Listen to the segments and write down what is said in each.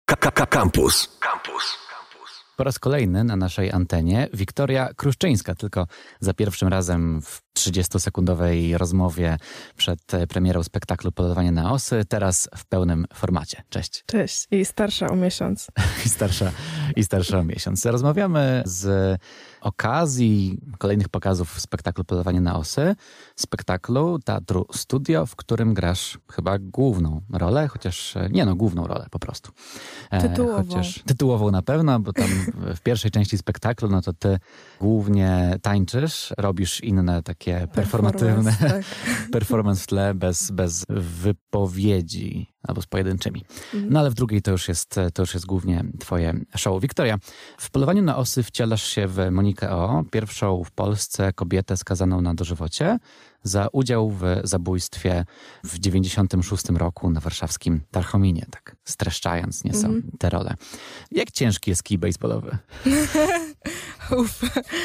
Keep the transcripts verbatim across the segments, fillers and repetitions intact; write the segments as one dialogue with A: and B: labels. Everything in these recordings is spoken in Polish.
A: Campus. Campus.
B: Po raz kolejny na naszej antenie Wiktoria Kruszczyńska, tylko za pierwszym razem w trzydziestosekundowej rozmowie przed premierą spektaklu Polowanie na osy, teraz w pełnym formacie. Cześć.
C: Cześć. I starsza o miesiąc.
B: I starsza, i starsza o miesiąc. Rozmawiamy z okazji kolejnych pokazów spektaklu Polowanie na osy, spektaklu Teatru Studio, w którym grasz chyba główną rolę, chociaż nie no, główną rolę po prostu.
C: Tytułową.
B: Chociaż tytułową na pewno, bo tam w pierwszej części spektaklu, no to ty głównie tańczysz, robisz inne takie performatywne
C: performance, tak.
B: performance w tle bez, bez wypowiedzi albo z pojedynczymi. No ale w drugiej to już jest, to już jest głównie twoje show. Wiktoria, w Polowaniu na osy wcielasz się w Monikę O., pierwszą w Polsce kobietę skazaną na dożywocie za udział w zabójstwie w dziewięćdziesiątym szóstym roku na warszawskim Tarchominie, tak streszczając nieco mm. te role. Jak ciężki jest kij baseballowy?
C: Uf.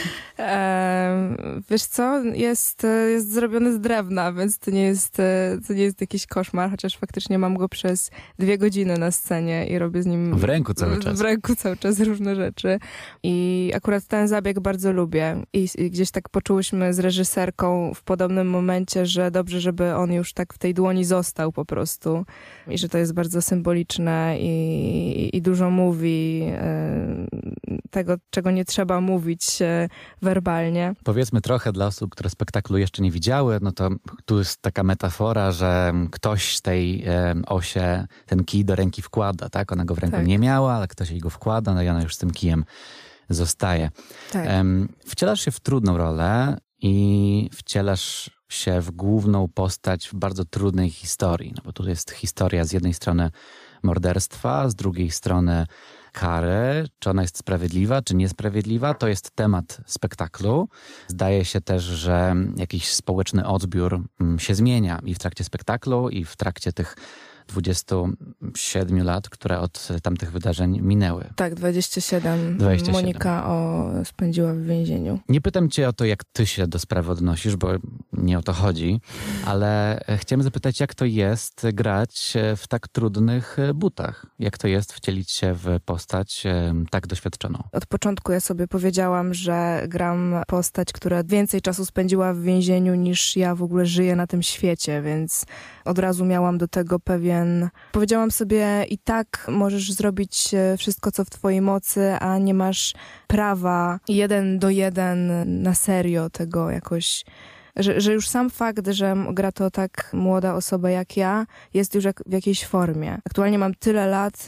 C: E, wiesz co, jest, jest zrobiony z drewna, więc to nie jest, to nie jest jakiś koszmar, chociaż faktycznie mam go przez dwie godziny na scenie i robię z nim...
B: W ręku cały czas.
C: W ręku cały czas różne rzeczy. I akurat ten zabieg bardzo lubię. I, i gdzieś tak poczułyśmy z reżyserką w podobnym momencie, że dobrze, żeby on już tak w tej dłoni został po prostu. I że to jest bardzo symboliczne i, i dużo mówi e, tego, czego nie trzeba mówić e, werbalnie.
B: Powiedzmy trochę dla osób, które spektaklu jeszcze nie widziały, no to tu jest taka metafora, że ktoś z tej e, osie ten kij do ręki wkłada, tak? Ona go w ręku
C: tak.
B: nie miała, ale ktoś jej go wkłada, no i ona już z tym kijem zostaje.
C: Tak.
B: E, wcielasz się w trudną rolę i wcielasz się w główną postać w bardzo trudnej historii, no bo tu jest historia z jednej strony morderstwa, z drugiej strony kary, czy ona jest sprawiedliwa, czy niesprawiedliwa, to jest temat spektaklu. Zdaje się też, że jakiś społeczny odbiór się zmienia i w trakcie spektaklu, i w trakcie tych dwudziestu siedmiu lat, które od tamtych wydarzeń minęły.
C: Tak, dwadzieścia siedem.
B: dwadzieścia siedem.
C: Monika O. spędziła w więzieniu.
B: Nie pytam cię o to, jak ty się do sprawy odnosisz, bo nie o to chodzi, ale chciałem zapytać, jak to jest grać w tak trudnych butach? Jak to jest wcielić się w postać tak doświadczoną?
C: Od początku ja sobie powiedziałam, że gram postać, która więcej czasu spędziła w więzieniu niż ja w ogóle żyję na tym świecie, więc od razu miałam do tego pewien... Powiedziałam sobie, i tak możesz zrobić wszystko, co w twojej mocy, a nie masz prawa jeden do jeden na serio tego jakoś... Że, że już sam fakt, że gra to tak młoda osoba jak ja, jest już jak, w jakiejś formie. Aktualnie mam tyle lat.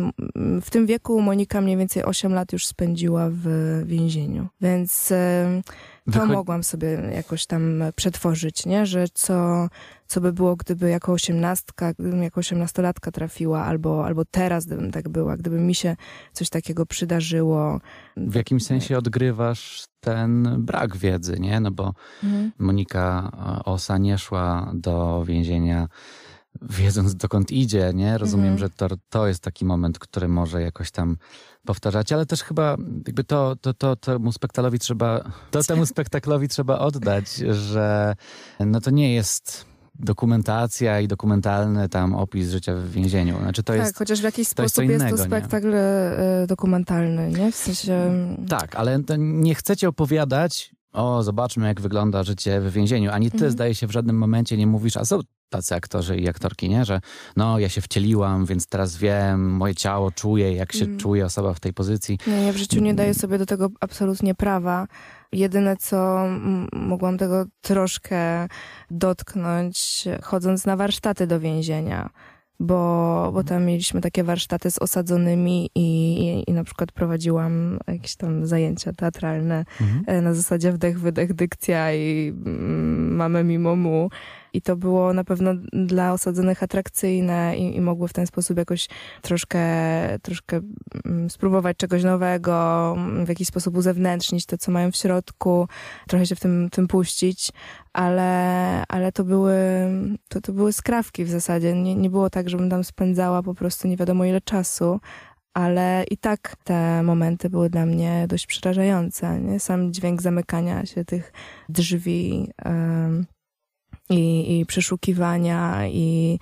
C: W tym wieku Monika mniej więcej osiem lat już spędziła w więzieniu. Więc to Wychod... mogłam sobie jakoś tam przetworzyć, nie? Że co, co by było, gdyby jako osiemnastka, gdybym jako osiemnastolatka trafiła, albo, albo teraz gdybym tak była, gdyby mi się coś takiego przydarzyło.
B: W jakimś sensie odgrywasz ten brak wiedzy, nie? No bo mhm. Monika Osa nie szła do więzienia wiedząc, dokąd idzie, nie? Rozumiem, mhm. że to, to jest taki moment, który może jakoś tam powtarzać, ale też chyba jakby to, to, to temu spektaklowi trzeba, to temu spektaklowi trzeba oddać, że no to nie jest dokumentacja i dokumentalny tam opis życia w więzieniu. Znaczy to
C: tak,
B: jest,
C: chociaż w jakiś
B: to
C: sposób
B: jest,
C: jest
B: innego,
C: to spektakl
B: nie?
C: dokumentalny, nie? W sensie...
B: Tak, ale to nie chcecie opowiadać, o, zobaczmy, jak wygląda życie w więzieniu. Ani ty, mhm. zdaje się, w żadnym momencie nie mówisz, a są tacy aktorzy i aktorki, nie? Że no, ja się wcieliłam, więc teraz wiem, moje ciało czuje, jak się mm. czuje osoba w tej pozycji.
C: Nie, ja w życiu nie daję sobie do tego absolutnie prawa. Jedyne, co m- mogłam tego troszkę dotknąć, chodząc na warsztaty do więzienia. Bo, bo tam mieliśmy takie warsztaty z osadzonymi i, i, i na przykład prowadziłam jakieś tam zajęcia teatralne mhm. na zasadzie wdech, wydech, dykcja i mm, mamy mimo mu. I to było na pewno dla osadzonych atrakcyjne i, i mogły w ten sposób jakoś troszkę, troszkę spróbować czegoś nowego, w jakiś sposób uzewnętrznić to, co mają w środku, trochę się w tym, tym puścić, ale, ale to były to, to były skrawki w zasadzie. Nie, nie było tak, żebym tam spędzała po prostu nie wiadomo ile czasu, ale i tak te momenty były dla mnie dość przerażające. Nie? Sam dźwięk zamykania się tych drzwi, um, I, i przeszukiwania i,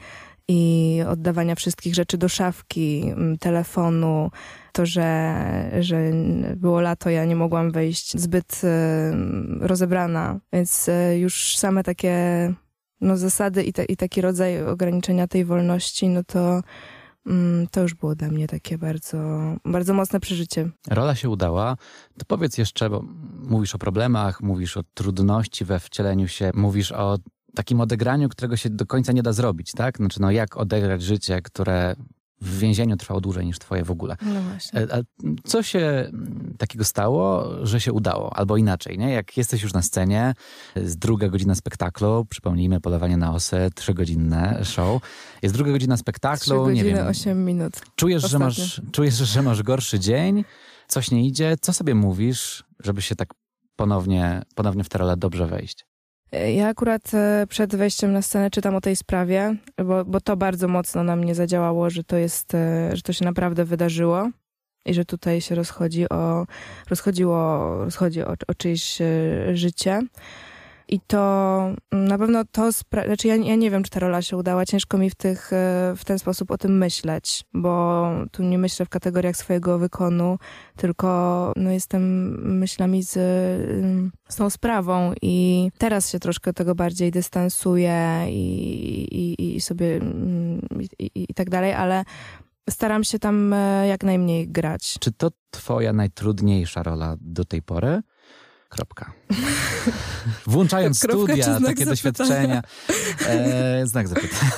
C: i oddawania wszystkich rzeczy do szafki, telefonu, to, że, że było lato, ja nie mogłam wyjść zbyt rozebrana, więc już same takie no, zasady i, ta, i taki rodzaj ograniczenia tej wolności, no to to już było dla mnie takie bardzo, bardzo mocne przeżycie.
B: Rola się udała. To powiedz jeszcze, bo mówisz o problemach, mówisz o trudności we wcieleniu się, mówisz o takim odegraniu, którego się do końca nie da zrobić, tak? Znaczy, no jak odegrać życie, które w więzieniu trwało dłużej niż twoje w ogóle.
C: No właśnie.
B: A co się takiego stało, że się udało? Albo inaczej, nie? Jak jesteś już na scenie, jest druga godzina spektaklu, przypomnijmy, Polowanie na osy, trzygodzinne show. Jest druga godzina spektaklu,
C: Trzy godziny,
B: nie wiem.
C: osiem minut.
B: Czujesz, że masz, czujesz, że masz gorszy dzień, coś nie idzie. Co sobie mówisz, żeby się tak ponownie, ponownie w tę rolę dobrze wejść?
C: Ja akurat przed wejściem na scenę czytam o tej sprawie, bo, bo to bardzo mocno na mnie zadziałało, że to jest, że to się naprawdę wydarzyło i że tutaj się rozchodzi o, rozchodziło, rozchodzi o, o czyjeś życie. I to na pewno to, spra- znaczy ja, ja nie wiem, czy ta rola się udała, ciężko mi w, tych, w ten sposób o tym myśleć, bo tu nie myślę w kategoriach swojego wykonu, tylko no, jestem myślami z, z tą sprawą i teraz się troszkę tego bardziej dystansuję i, i, i sobie i, i, i tak dalej, ale staram się tam jak najmniej grać.
B: Czy to twoja najtrudniejsza rola do tej pory? Kropka. Włączając
C: Kropka
B: studia, takie
C: zapytania?
B: doświadczenia. E, znak zapytania.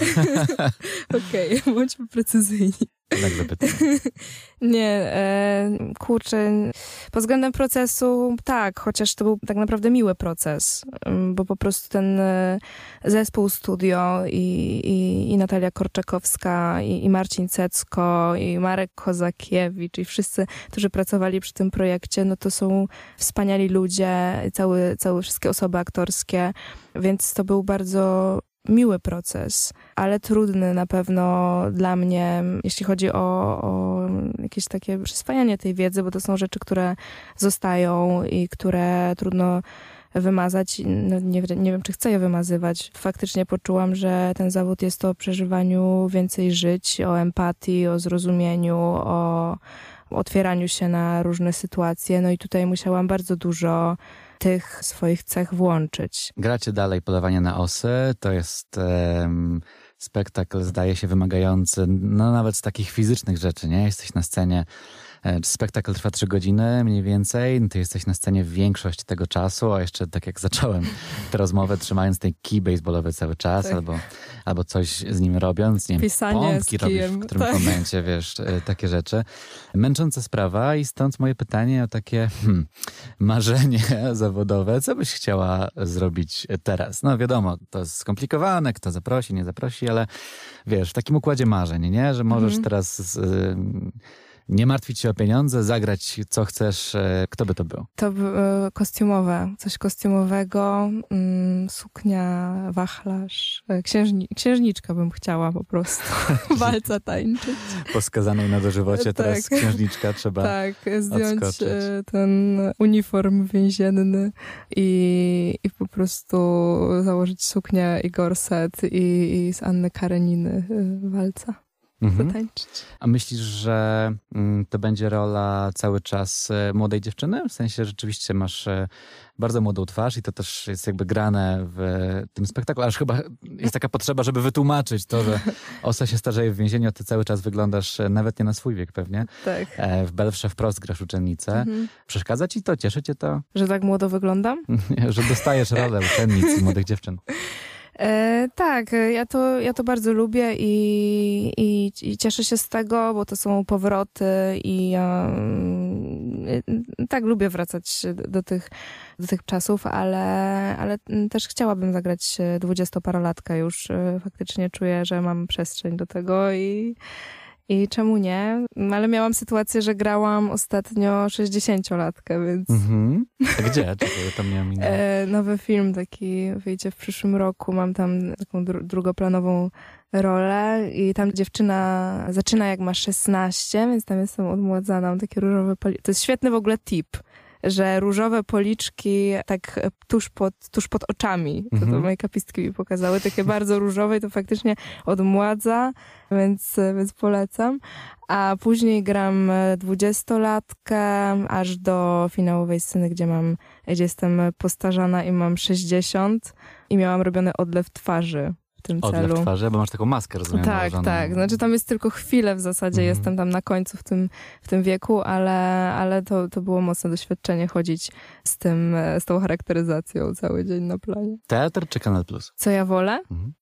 C: Okej, okay, bądźmy precyzyjni.
B: Znak zapytania.
C: Nie, e, kurczę, pod względem procesu tak, chociaż to był tak naprawdę miły proces, bo po prostu ten zespół studio i, i, i Natalia Korczakowska i, i Marcin Cecko i Marek Kozakiewicz i wszyscy, którzy pracowali przy tym projekcie, no to są wspaniali ludzie, cały, całe wszystkie osoby aktorskie, więc to był bardzo miły proces, ale trudny na pewno dla mnie, jeśli chodzi o, o jakieś takie przyswajanie tej wiedzy, bo to są rzeczy, które zostają i które trudno wymazać. No nie, nie wiem, czy chcę je wymazywać. Faktycznie poczułam, że ten zawód jest o przeżywaniu więcej żyć, o empatii, o zrozumieniu, o otwieraniu się na różne sytuacje. No i tutaj musiałam bardzo dużo tych swoich cech włączyć.
B: Gracie dalej Polowanie na osy. To jest um, spektakl, zdaje się, wymagający no nawet z takich fizycznych rzeczy, nie? Jesteś na scenie, spektakl trwa trzy godziny mniej więcej, ty jesteś na scenie większość tego czasu, a jeszcze tak jak zacząłem tę rozmowę, trzymając ten kij baseballowy cały czas, tak. albo, albo coś z nim robiąc, nie wiem,
C: Pisanie
B: pompki
C: z kijem.
B: robisz w którymś
C: tak.
B: momencie, wiesz, takie rzeczy. Męcząca sprawa i stąd moje pytanie o takie hmm, marzenie zawodowe. Co byś chciała zrobić teraz? No wiadomo, to jest skomplikowane, kto zaprosi, nie zaprosi, ale wiesz, w takim układzie marzeń, nie? Że możesz mhm. teraz z, y, nie martwić się o pieniądze, zagrać co chcesz. Kto by to był?
C: To by, y, kostiumowe. Coś kostiumowego. Y, suknia, wachlarz. Księżni, księżniczka bym chciała po prostu. Walca tańczyć.
B: Po skazanej na dożywocie
C: tak.
B: teraz księżniczka trzeba
C: Tak, zdjąć
B: odskoczyć.
C: ten uniform więzienny i, i po prostu założyć suknię i gorset i, i z Anny Kareniny walca.
B: Mhm.
C: Zatańczyć.
B: A myślisz, że to będzie rola cały czas młodej dziewczyny? W sensie rzeczywiście masz bardzo młodą twarz i to też jest jakby grane w tym spektaklu, aż chyba jest taka potrzeba, żeby wytłumaczyć to, że Osa się starzeje w więzieniu, a ty cały czas wyglądasz nawet nie na swój wiek pewnie.
C: Tak.
B: W Belfrze wprost grasz uczennicę. Mhm. Przeszkadza ci to? Cieszy cię to?
C: Że tak młodo wyglądam?
B: Że dostajesz rolę uczennic i młodych dziewczyn.
C: E, tak, ja to, ja to bardzo lubię i, i, i cieszę się z tego, bo to są powroty i ja e, tak lubię wracać do, do, tych, do tych czasów, ale, ale też chciałabym zagrać dwudziestoparolatka już. Faktycznie czuję, że mam przestrzeń do tego i I czemu nie? Ale miałam sytuację, że grałam ostatnio sześćdziesięciolatkę, więc...
B: Mhm. A gdzie? Czekaj, to mnie minęło.
C: E, nowy film taki wyjdzie w przyszłym roku. Mam tam taką dru- drugoplanową rolę i tam dziewczyna zaczyna jak ma szesnaście, więc tam jestem odmłodzana. Mam takie różowe poli... To jest świetny w ogóle tip, że różowe policzki tak tuż pod, tuż pod oczami, to,
B: Mhm.
C: to moje kapistki mi pokazały, takie bardzo różowe i to faktycznie odmładza, więc, więc polecam. A później gram dwudziestolatkę aż do finałowej sceny, gdzie mam, gdzie jestem postarzana i mam sześćdziesiąt i miałam robiony odlew twarzy w tym
B: Odlew
C: celu.
B: twarzy, bo masz taką maskę, rozumiem.
C: Tak,
B: nałożoną.
C: tak. Znaczy tam jest tylko chwilę w zasadzie,
B: Mhm.
C: jestem tam na końcu w tym, w tym wieku, ale, ale to, to było mocne doświadczenie chodzić z tym, z tą charakteryzacją cały dzień na planie.
B: Teatr czy Kanal Plus?
C: Co ja wolę?
B: Mhm.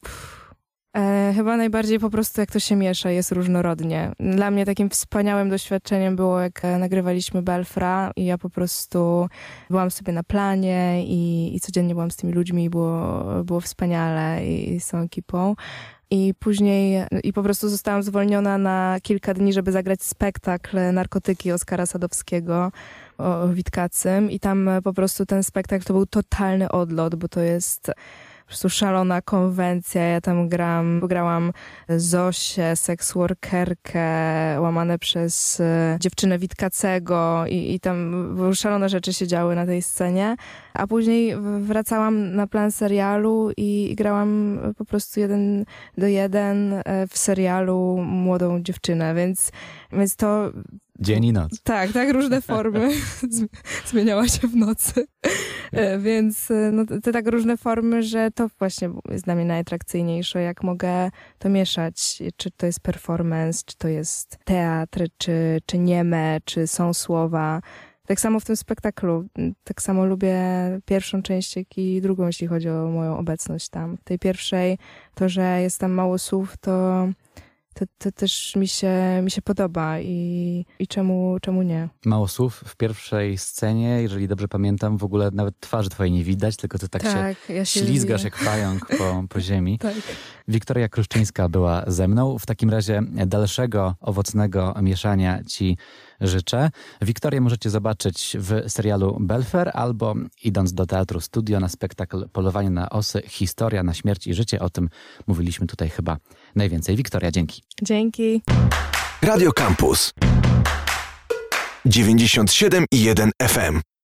C: E, chyba najbardziej po prostu jak to się miesza, jest różnorodnie. Dla mnie takim wspaniałym doświadczeniem było, jak e, nagrywaliśmy Belfra i ja po prostu byłam sobie na planie i, i codziennie byłam z tymi ludźmi i było, było wspaniale i, i z tą ekipą. I później, i po prostu zostałam zwolniona na kilka dni, żeby zagrać spektakl Narkotyki Oskara Sadowskiego o, o Witkacym i tam po prostu ten spektakl to był totalny odlot, bo to jest po prostu szalona konwencja. Ja tam gram, grałam Zosię, seksworkerkę, łamane przez e, dziewczynę Witkacego i, i tam szalone rzeczy się działy na tej scenie. A później wracałam na plan serialu i, i grałam po prostu jeden do jeden e, w serialu młodą dziewczynę, więc, więc to...
B: Dzień i noc.
C: Tak, tak, różne formy. Zmieniała się w nocy. E, Więc e, no, te tak różne formy, że to właśnie jest dla mnie najatrakcyjniejsze, jak mogę to mieszać. Czy to jest performance, czy to jest teatr, czy, czy nieme, czy są słowa. Tak samo w tym spektaklu. Tak samo lubię pierwszą część, jak i drugą, jeśli chodzi o moją obecność tam. W tej pierwszej to, że jest tam mało słów, to... To, to też mi się, mi się podoba i, i czemu, czemu nie?
B: Mało słów w pierwszej scenie, jeżeli dobrze pamiętam, w ogóle nawet twarzy twojej nie widać, tylko ty tak,
C: Tak,
B: się
C: ja się
B: ślizgasz
C: lubię.
B: jak pająk po, po ziemi.
C: Tak.
B: Wiktoria Kruszczyńska była ze mną. W takim razie dalszego owocnego mieszania ci życzę. Wiktorię możecie zobaczyć w serialu Belfer albo idąc do Teatru Studio na spektakl Polowanie na osy, historia na śmierć i życie. O tym mówiliśmy tutaj chyba najwięcej. Wiktoria, dzięki.
C: Dzięki.
A: Radio Campus dziewięćdziesiąt siedem i jeden F M.